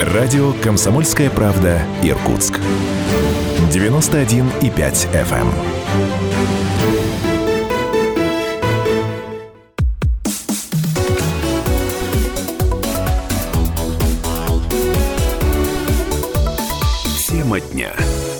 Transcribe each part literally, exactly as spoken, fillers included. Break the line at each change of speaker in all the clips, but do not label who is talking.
Радио «Комсомольская правда» Иркутск. девяносто один и пять эф эм. Тема дня.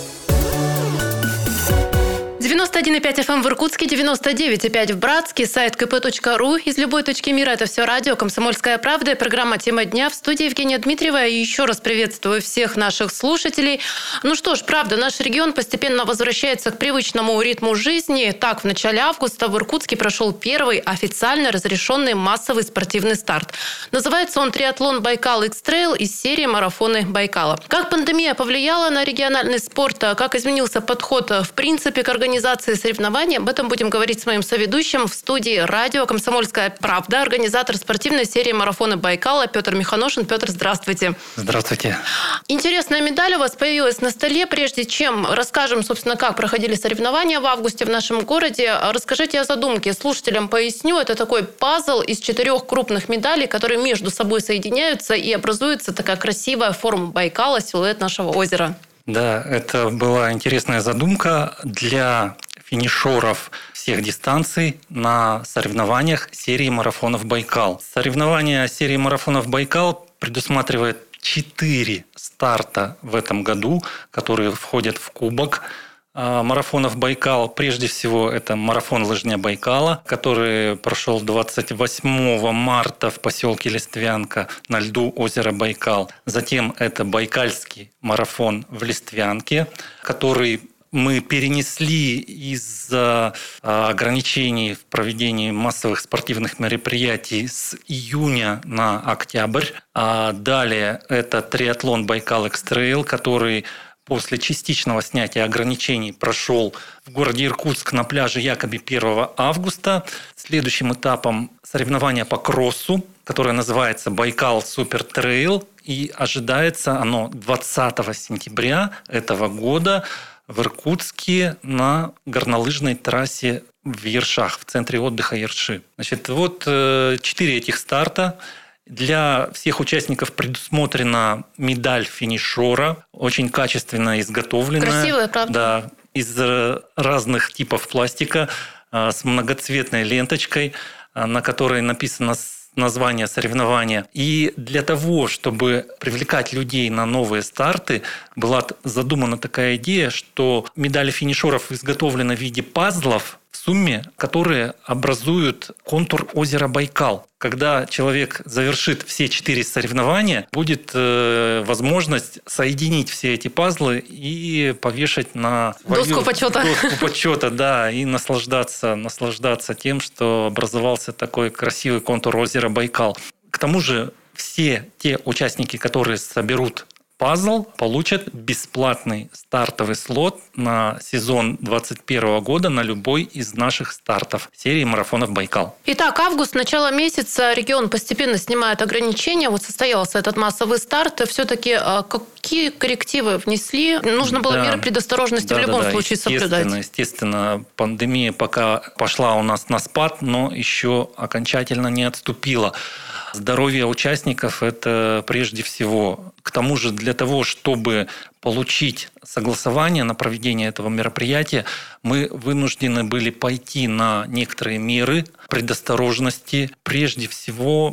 девяносто один и пять эф эм в Иркутске, девяносто девять и пять в Братске, сайт ка пэ точка ру. Из любой точки мира это все радио «Комсомольская правда» и программа «Тема дня». В студии Евгения Дмитриева. И еще раз приветствую всех наших слушателей. Ну что ж, правда, наш регион постепенно возвращается к привычному ритму жизни. Так, в начале августа в Иркутске прошел первый официально разрешенный массовый спортивный старт. Называется он «Триатлон Байкал X-Trail» из серии «Марафоны Байкала». Как пандемия повлияла на региональный спорт, как изменился подход в принципе к организации соревнований, об этом будем говорить с моим соведущим в студии радио «Комсомольская правда», организатор спортивной серии «Марафоны Байкала» Петр Миханошин. Петр, здравствуйте.
Здравствуйте.
Интересная медаль у вас появилась на столе. Прежде чем расскажем, собственно, как проходили соревнования в августе в нашем городе, расскажите о задумке. Слушателям поясню. Это такой пазл из четырех крупных медалей, которые между собой соединяются и образуется такая красивая форма Байкала, силуэт нашего озера.
Да, это была интересная задумка для финишеров всех дистанций на соревнованиях серии марафонов «Байкал». Соревнования серии марафонов «Байкал» предусматривает четыре старта в этом году, которые входят в кубок марафонов «Байкал». Прежде всего, это марафон лыжня Байкала, который прошел двадцать восьмого марта в поселке Листвянка на льду озера Байкал. Затем это байкальский марафон в Листвянке, который мы перенесли из-за ограничений в проведении массовых спортивных мероприятий с июня на октябрь. А далее это триатлон Байкал X-Trail, который после частичного снятия ограничений прошел в городе Иркутск на пляже Якоби первого августа. Следующим этапом соревнования по кроссу, которое называется Байкал Супер Трейл, и ожидается оно двадцатого сентября этого года в Иркутске на горнолыжной трассе в Ершах, в центре отдыха Ерши. Значит, вот четыре этих старта. Для всех участников предусмотрена медаль финишера, очень качественно изготовленная.
Красивая, правда?
Да, из разных типов пластика, с многоцветной ленточкой, на которой написано название соревнования. И для того, чтобы привлекать людей на новые старты, была задумана такая идея, что медали финишеров изготовлены в виде пазлов в сумме, которые образуют контур озера Байкал. Когда человек завершит все четыре соревнования, будет э, возможность соединить все эти пазлы и повешать на свою
доску почета.
Доску почета, да, и наслаждаться, наслаждаться тем, что образовался такой красивый контур озера Байкал. К тому же все те участники, которые соберут пазл, получат бесплатный стартовый слот на сезон двадцать первого года на любой из наших стартов серии марафонов «Байкал».
Итак, август, начало месяца, регион постепенно снимает ограничения. Вот состоялся этот массовый старт. Все-таки какие коррективы внесли? Нужно было да. меры предосторожности да, в любом
да, да.
случае
естественно,
соблюдать.
Естественно, пандемия пока пошла у нас на спад, но еще окончательно не отступила. Здоровье участников – это прежде всего. К тому же для того, чтобы получить согласование на проведение этого мероприятия, мы вынуждены были пойти на некоторые меры предосторожности. Прежде всего,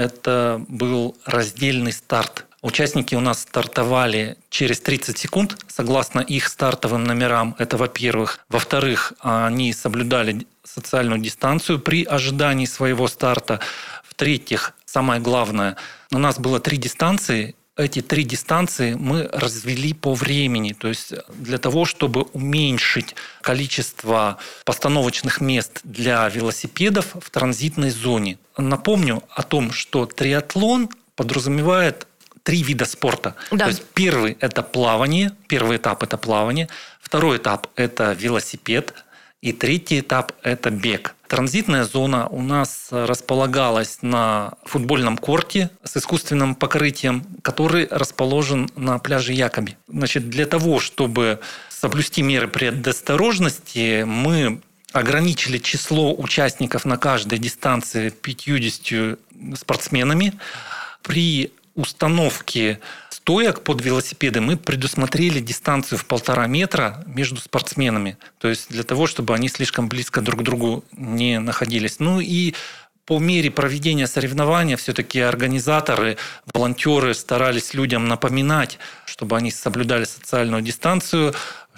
это был раздельный старт. Участники у нас стартовали через тридцать секунд, согласно их стартовым номерам. Это во-первых. Во-вторых, они соблюдали социальную дистанцию при ожидании своего старта. В-третьих, самое главное, у нас было три дистанции. Эти три дистанции мы развели по времени. То есть для того, чтобы уменьшить количество постановочных мест для велосипедов в транзитной зоне. Напомню о том, что триатлон подразумевает три вида спорта. Да. То есть первый – это плавание, первый этап – это плавание, второй этап – это велосипед, и третий этап – это бег. Транзитная зона у нас располагалась на футбольном корте с искусственным покрытием, который расположен на пляже Якоби. Значит, для того, чтобы соблюсти меры предосторожности, мы ограничили число участников на каждой дистанции пятьюдесятью спортсменами. При установки стоек под велосипеды мы предусмотрели дистанцию в полтора метра между спортсменами. То есть для того, чтобы они слишком близко друг к другу не находились. Ну и по мере проведения соревнования все-таки организаторы, волонтеры старались людям напоминать, чтобы они соблюдали социальную дистанцию,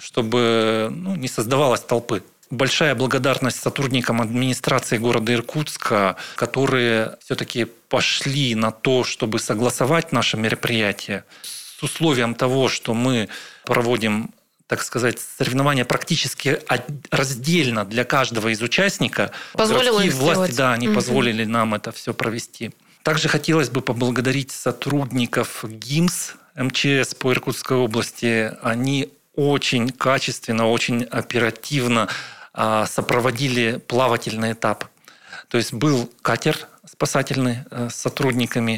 чтобы ну, не создавалось толпы. Большая благодарность сотрудникам администрации города Иркутска, которые все-таки пошли на то, чтобы согласовать наше мероприятие с условием того, что мы проводим, так сказать, соревнования практически раздельно для каждого из участников.
Позволило
Городские
их
власти,
сделать.
да, они
Угу.
позволили нам это все провести. Также хотелось бы поблагодарить сотрудников ГИМС МЧС по Иркутской области. Они очень качественно, очень оперативно сопроводили плавательный этап. То есть был катер спасательный с сотрудниками,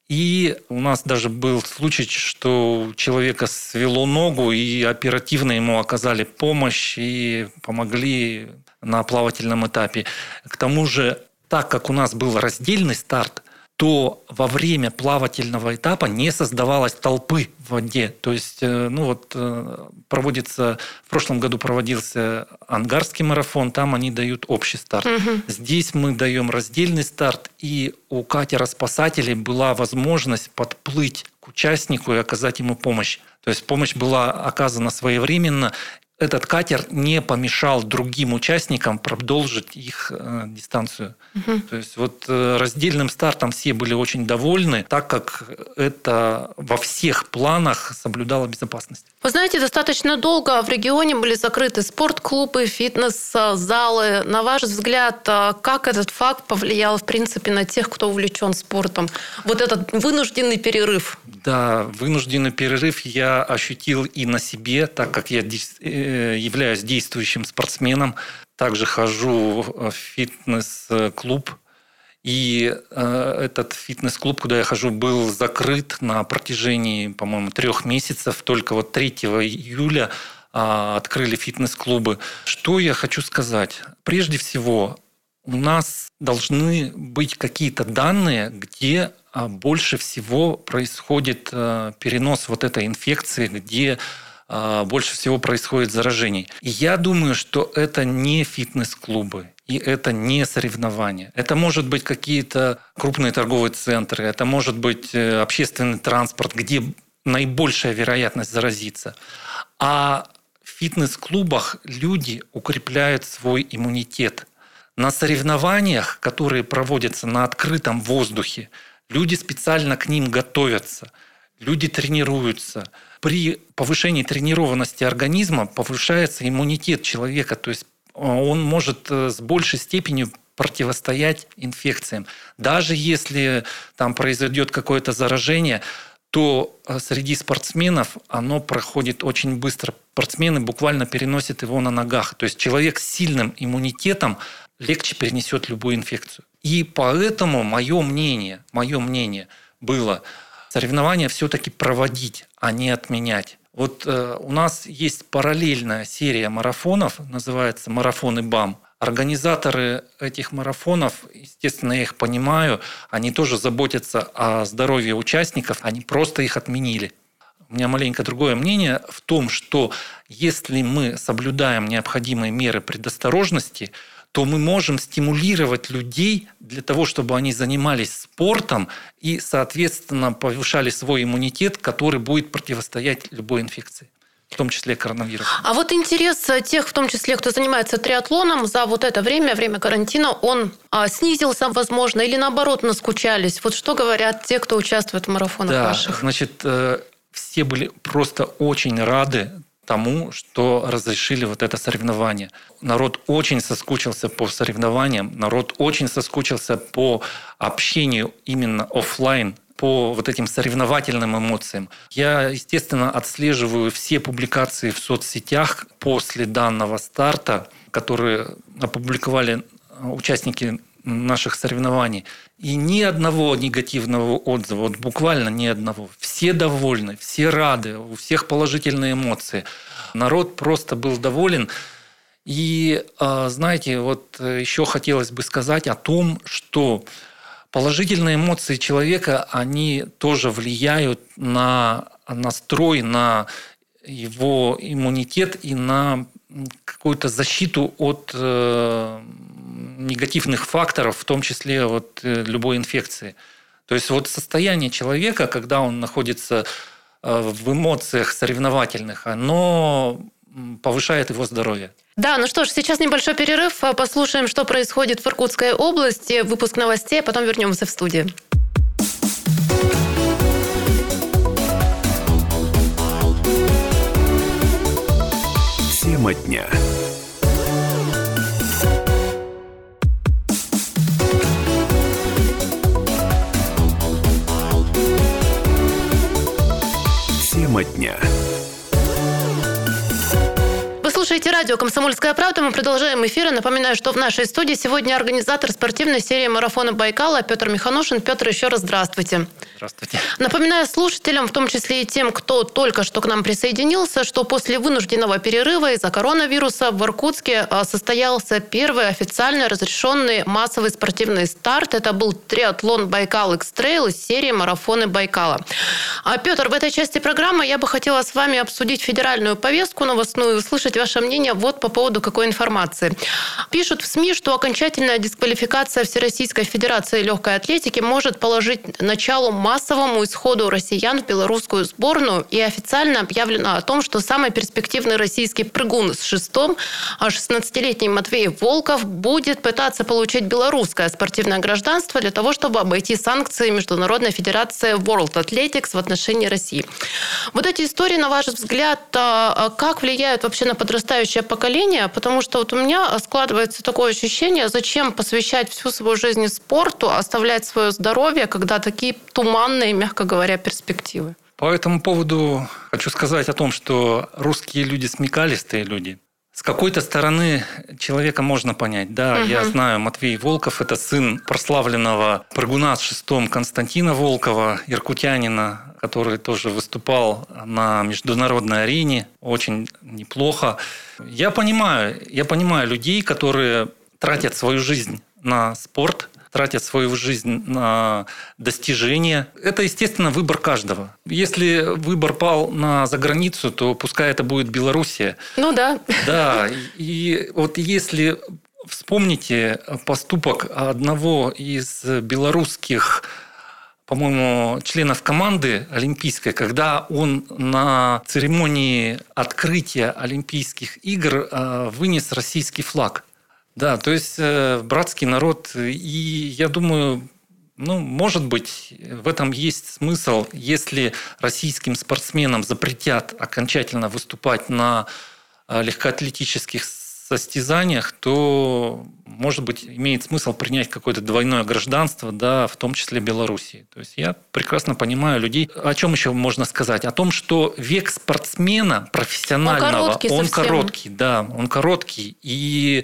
и у нас даже был случай, что у человека свело ногу, и оперативно ему оказали помощь и помогли на плавательном этапе. К тому же, так как у нас был раздельный старт, то во время плавательного этапа не создавалось толпы в воде. То есть, ну вот, проводится, в прошлом году проводился Ангарский марафон, там они дают общий старт. Угу. Здесь мы даем раздельный старт, и у катера спасателей была возможность подплыть к участнику и оказать ему помощь. То есть помощь была оказана своевременно. Этот катер не помешал другим участникам продолжить их э, дистанцию. Угу. То есть вот э, раздельным стартом все были очень довольны, так как это во всех планах соблюдало безопасность.
Вы знаете, достаточно долго в регионе были закрыты спортклубы, фитнес-залы. На ваш взгляд, как этот факт повлиял, в принципе, на тех, кто увлечен спортом? Вот этот вынужденный перерыв.
Да, вынужденный перерыв я ощутил и на себе, так как я являюсь действующим спортсменом. Также хожу в фитнес-клуб. И этот фитнес-клуб, куда я хожу, был закрыт на протяжении, по-моему, трех месяцев. Только вот третьего июля открыли фитнес-клубы. Что я хочу сказать? Прежде всего, у нас должны быть какие-то данные, где больше всего происходит перенос вот этой инфекции, где больше всего происходит заражений. И я думаю, что это не фитнес-клубы. И это не соревнования. Это может быть какие-то крупные торговые центры, это может быть общественный транспорт, где наибольшая вероятность заразиться. А в фитнес-клубах люди укрепляют свой иммунитет. На соревнованиях, которые проводятся на открытом воздухе, люди специально к ним готовятся, люди тренируются. При повышении тренированности организма повышается иммунитет человека, то есть он может с большей степенью противостоять инфекциям. Даже если там произойдет какое-то заражение, то среди спортсменов оно проходит очень быстро. Спортсмены буквально переносят его на ногах. То есть человек с сильным иммунитетом легче перенесет любую инфекцию. И поэтому мое мнение, мое мнение было соревнования все-таки проводить, а не отменять. Вот э, у нас есть параллельная серия марафонов, называется «Марафоны БАМ». Организаторы этих марафонов, естественно, я их понимаю, они тоже заботятся о здоровье участников, они просто их отменили. У меня маленько другое мнение в том, что если мы соблюдаем необходимые меры предосторожности, то мы можем стимулировать людей для того, чтобы они занимались спортом и, соответственно, повышали свой иммунитет, который будет противостоять любой инфекции, в том числе коронавирусу.
А вот интерес тех, в том числе, кто занимается триатлоном, за вот это время, время карантина, он а, снизился, возможно, или наоборот наскучались? Вот что говорят те, кто участвует в марафонах
да,
ваших?
Значит, все были просто очень рады тому, что разрешили вот это соревнование. Народ очень соскучился по соревнованиям, народ очень соскучился по общению именно офлайн, по вот этим соревновательным эмоциям. Я, естественно, отслеживаю все публикации в соцсетях после данного старта, которые опубликовали участники наших соревнований. И ни одного негативного отзыва, вот буквально ни одного. Все довольны, все рады, у всех положительные эмоции. Народ просто был доволен. И, знаете, вот еще хотелось бы сказать о том, что Положительные эмоции человека, они тоже влияют на настрой, на его иммунитет и на какую-то защиту от э, негативных факторов, в том числе от э, любой инфекции. То есть вот состояние человека, когда он находится э, в эмоциях соревновательных, оно повышает его здоровье.
Да, ну что ж, сейчас небольшой перерыв. Послушаем, что происходит в Иркутской области. Выпуск новостей, а потом вернемся в студию.
Тема дня. Тема дня.
Вы слушаете радио «Комсомольская правда». Мы продолжаем эфир. Напоминаю, что в нашей студии сегодня организатор спортивной серии марафона Байкала Петр Миханошин. Петр, еще раз здравствуйте.
Здравствуйте.
Напоминаю слушателям, в том числе и тем, кто только что к нам присоединился, что после вынужденного перерыва из-за коронавируса в Иркутске состоялся первый официально разрешенный массовый спортивный старт. Это был триатлон Байкал X-Trail из серии марафоны Байкала. А, Петр, в этой части программы я бы хотела с вами обсудить федеральную повестку новостную и услышать ваше мнение вот по поводу какой информации. Пишут в СМИ, что окончательная дисквалификация Всероссийской Федерации легкой атлетики может положить начало массовому исходу россиян в белорусскую сборную, и официально объявлено о том, что самый перспективный российский прыгун с шестом, шестнадцатилетний Матвей Волков, будет пытаться получить белорусское спортивное гражданство для того, чтобы обойти санкции Международной Федерации World Athletics в отношении России. Вот эти истории, на ваш взгляд, как влияют вообще на подрастающее поколение? Потому что вот у меня складывается такое ощущение, зачем посвящать всю свою жизнь спорту, оставлять свое здоровье, когда такие туманные, мягко говоря, перспективы.
По этому поводу хочу сказать о том, что русские люди смекалистые люди. С какой-то стороны человека можно понять. Да, угу. Я знаю, Матвей Волков – это сын прославленного прыгуна с шестом Константина Волкова, иркутянина, который тоже выступал на международной арене очень неплохо. Я понимаю, я понимаю людей, которые тратят свою жизнь на спорт, тратят свою жизнь на достижения. Это, естественно, выбор каждого. Если выбор пал на заграницу, то пускай это будет Белоруссия.
Ну да.
Да. И вот если вспомните поступок одного из белорусских, по-моему, членов команды олимпийской, когда он на церемонии открытия Олимпийских игр вынес российский флаг. Да, то есть э, братский народ, и я думаю, ну, может быть, в этом есть смысл, если российским спортсменам запретят окончательно выступать на э, легкоатлетических состязаниях, то, может быть, имеет смысл принять какое-то двойное гражданство, да, в том числе Белоруссии. То есть я прекрасно понимаю людей. О чем еще можно сказать? О том, что век спортсмена профессионального,
он короткий,
он
совсем.
короткий, да, он короткий, и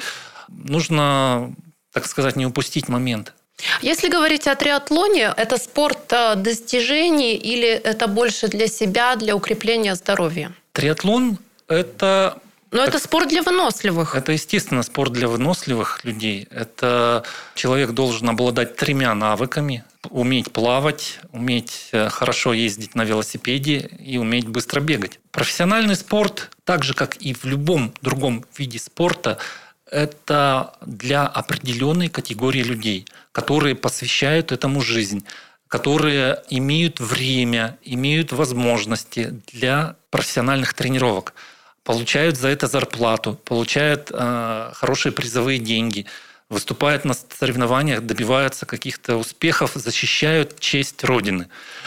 нужно, так сказать, не упустить момент.
Если говорить о триатлоне, это спорт достижений или это больше для себя, для укрепления здоровья?
Триатлон – это…
Но это спорт для выносливых.
Это, естественно, спорт для выносливых людей. Это человек должен обладать тремя навыками. Уметь плавать, уметь хорошо ездить на велосипеде и уметь быстро бегать. Профессиональный спорт, так же, как и в любом другом виде спорта, это для определенной категории людей, которые посвящают этому жизнь, которые имеют время, имеют возможности для профессиональных тренировок, получают за это зарплату, получают э, хорошие призовые деньги, выступают на соревнованиях, добиваются каких-то успехов, защищают честь Родины.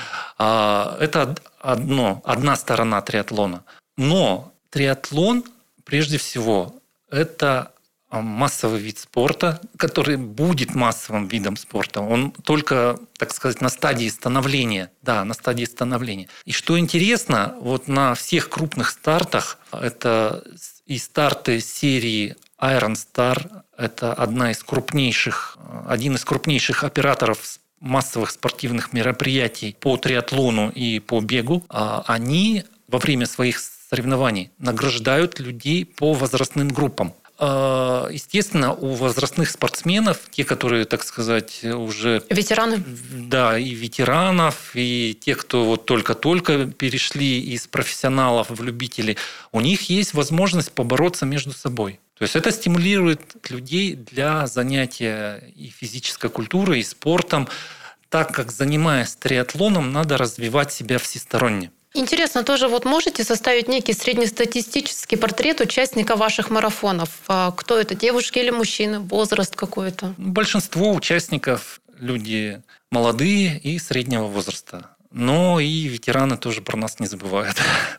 Э, это одно, одна сторона триатлона. Но триатлон, прежде всего, это массовый вид спорта, который будет массовым видом спорта. Он только, так сказать, на стадии становления. Да, на стадии становления. И что интересно, вот на всех крупных стартах, это и старты серии Iron Star, это одна из крупнейших, один из крупнейших операторов массовых спортивных мероприятий по триатлону и по бегу, они во время своих соревнований награждают людей по возрастным группам. естественно, у возрастных спортсменов, те, которые, так сказать, уже...
Ветераны.
Да, и ветеранов, и те, кто вот только-только перешли из профессионалов в любителей, у них есть возможность побороться между собой. То есть это стимулирует людей для занятия и физической культурой, и спортом, так как, занимаясь триатлоном, надо развивать себя всесторонне.
Интересно, тоже вот можете составить некий среднестатистический портрет участника ваших марафонов? Кто это, девушки или мужчины, возраст какой-то?
Большинство участников – люди молодые и среднего возраста. Но и ветераны тоже про нас не забывают.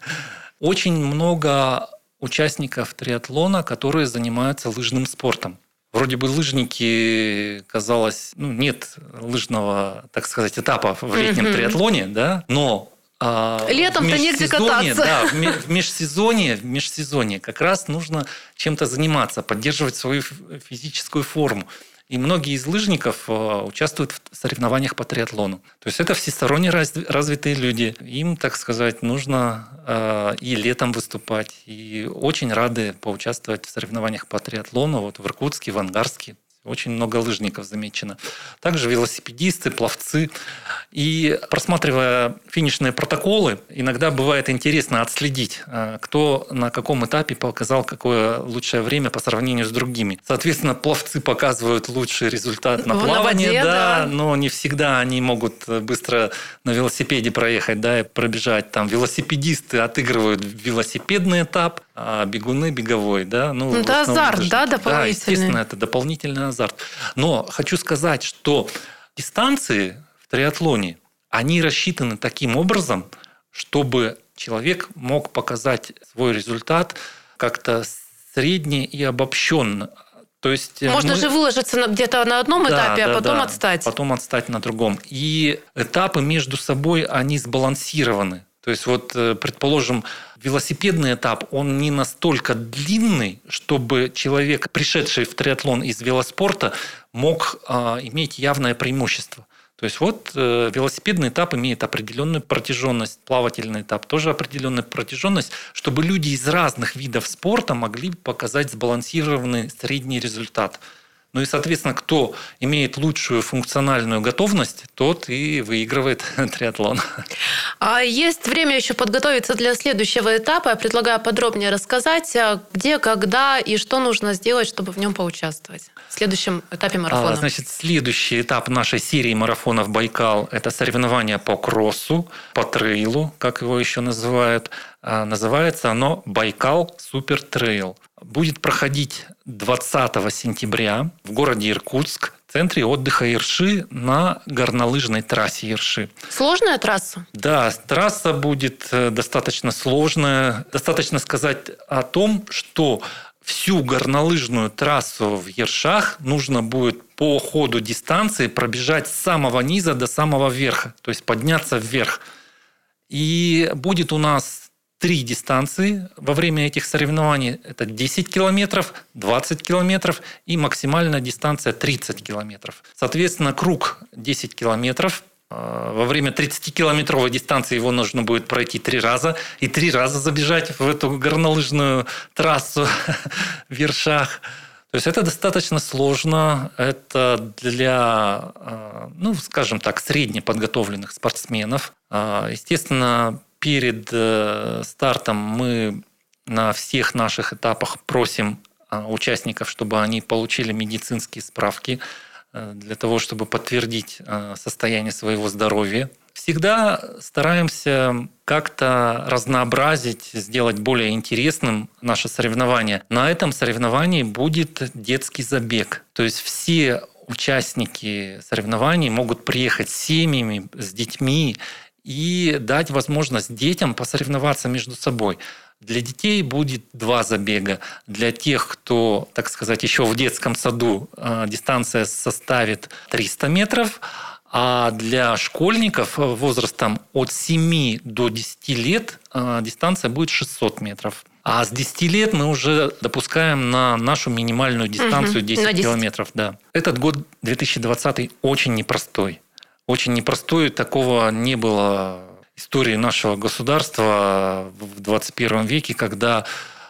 Очень много участников триатлона, которые занимаются лыжным спортом. Вроде бы лыжники, казалось, ну, нет лыжного, так сказать, этапа в летнем mm-hmm. триатлоне, да, но
летом-то негде кататься.
Да, в межсезонье, в межсезонье как раз нужно чем-то заниматься, поддерживать свою физическую форму. И многие из лыжников участвуют в соревнованиях по триатлону. То есть это всесторонне развитые люди. Им, так сказать, нужно и летом выступать. И очень рады поучаствовать в соревнованиях по триатлону. Вот в Иркутске, в Ангарске. Очень много лыжников замечено. Также велосипедисты, пловцы. И просматривая финишные протоколы, иногда бывает интересно отследить, кто на каком этапе показал какое лучшее время по сравнению с другими. Соответственно, пловцы показывают лучший результат на плавание, на воде, да, да, но не всегда они могут быстро на велосипеде проехать, да, и пробежать. Там велосипедисты отыгрывают велосипедный этап, а бегуны беговой. Да? Ну,
это азарт, лыжники. Да, дополнительный?
Да, естественно, это дополнительный азарт. Но хочу сказать, что дистанции в триатлоне, они рассчитаны таким образом, чтобы человек мог показать свой результат как-то средне и обобщенно. То есть
можно мы... же выложиться где-то на одном
да,
этапе,
да,
а потом
да,
отстать.
Потом отстать на другом. И этапы между собой, они сбалансированы. То есть, вот, предположим, велосипедный этап, он не настолько длинный, чтобы человек, пришедший в триатлон из велоспорта, мог а, иметь явное преимущество. То есть, вот э, велосипедный этап имеет определенную протяженность, плавательный этап тоже определенную протяженность, чтобы люди из разных видов спорта могли показать сбалансированный средний результат. Ну и, соответственно, кто имеет лучшую функциональную готовность, тот и выигрывает триатлон.
А есть время еще подготовиться для следующего этапа. Я предлагаю подробнее рассказать, где, когда и что нужно сделать, чтобы в нем поучаствовать в следующем этапе марафона.
А, значит, следующий этап нашей серии марафонов «Байкал» – это соревнования по кроссу, по трейлу, как его еще называют. А, называется оно «Байкал Супер Трейл». Будет проходить двадцатого сентября в городе Иркутск, в центре отдыха Ирши, на горнолыжной трассе Ирши.
Сложная трасса?
Да, трасса будет достаточно сложная. Достаточно сказать о том, что всю горнолыжную трассу в Иршах нужно будет по ходу дистанции пробежать с самого низа до самого верха, то есть подняться вверх. И будет у нас три дистанции во время этих соревнований. Это десять километров, двадцать километров и максимальная дистанция тридцать километров. Соответственно, круг десять километров. Во время тридцатикилометровой дистанции его нужно будет пройти три раза и три раза забежать в эту горнолыжную трассу в Иршах. То есть это достаточно сложно. Это для, ну, скажем так, среднеподготовленных спортсменов. Естественно, перед стартом мы на всех наших этапах просим участников, чтобы они получили медицинские справки для того, чтобы подтвердить состояние своего здоровья. Всегда стараемся как-то разнообразить, сделать более интересным наше соревнование. На этом соревновании будет детский забег. То есть все участники соревнований могут приехать с семьями, с детьми, и дать возможность детям посоревноваться между собой. Для детей будет два забега. Для тех, кто, так сказать, еще в детском саду, дистанция составит триста метров, а для школьников возрастом от семи до десяти лет дистанция будет шестьсот метров. А с десяти лет мы уже допускаем на нашу минимальную дистанцию десять километров. Да. Этот год, две тысячи двадцатый, очень непростой. Очень непростой, такого не было в истории нашего государства в двадцать первом веке, когда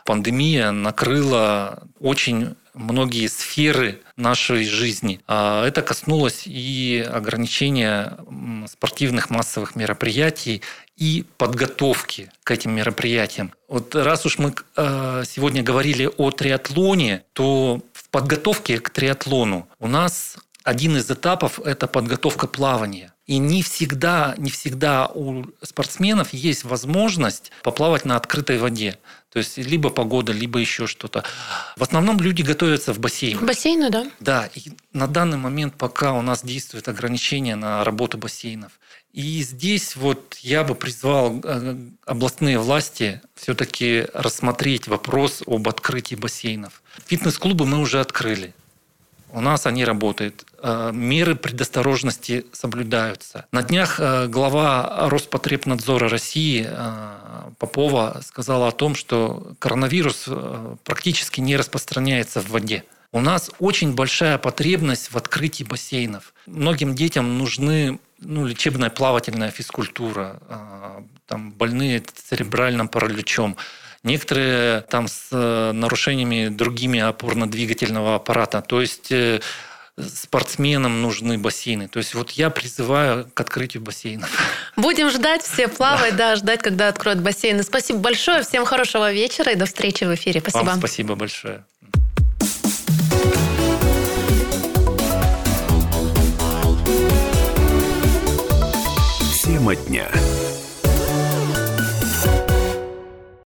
пандемия накрыла очень многие сферы нашей жизни. Это коснулось и ограничения спортивных массовых мероприятий, и подготовки к этим мероприятиям. Вот раз уж мы сегодня говорили о триатлоне, то в подготовке к триатлону у нас один из этапов – это подготовка плавания. И не всегда, не всегда у спортсменов есть возможность поплавать на открытой воде. То есть либо погода, либо еще что-то. В основном люди готовятся в бассейне.
В бассейне, да?
Да. И на данный момент пока у нас действует ограничение на работу бассейнов. И здесь вот я бы призвал областные власти все-таки рассмотреть вопрос об открытии бассейнов. Фитнес-клубы мы уже открыли. У нас они работают. Меры предосторожности соблюдаются. На днях глава Роспотребнадзора России Попова сказала о том, что коронавирус практически не распространяется в воде. У нас очень большая потребность в открытии бассейнов. Многим детям нужны ну, лечебная плавательная физкультура, там, больные церебральным параличом. Некоторые там с нарушениями другими опорно-двигательного аппарата. То есть спортсменам нужны бассейны. То есть вот я призываю к открытию бассейнов.
Будем ждать, все плавать, да, ждать, когда откроют бассейны. Спасибо большое, всем хорошего вечера и до встречи в эфире. Спасибо.
Вам спасибо большое.
Тема дня.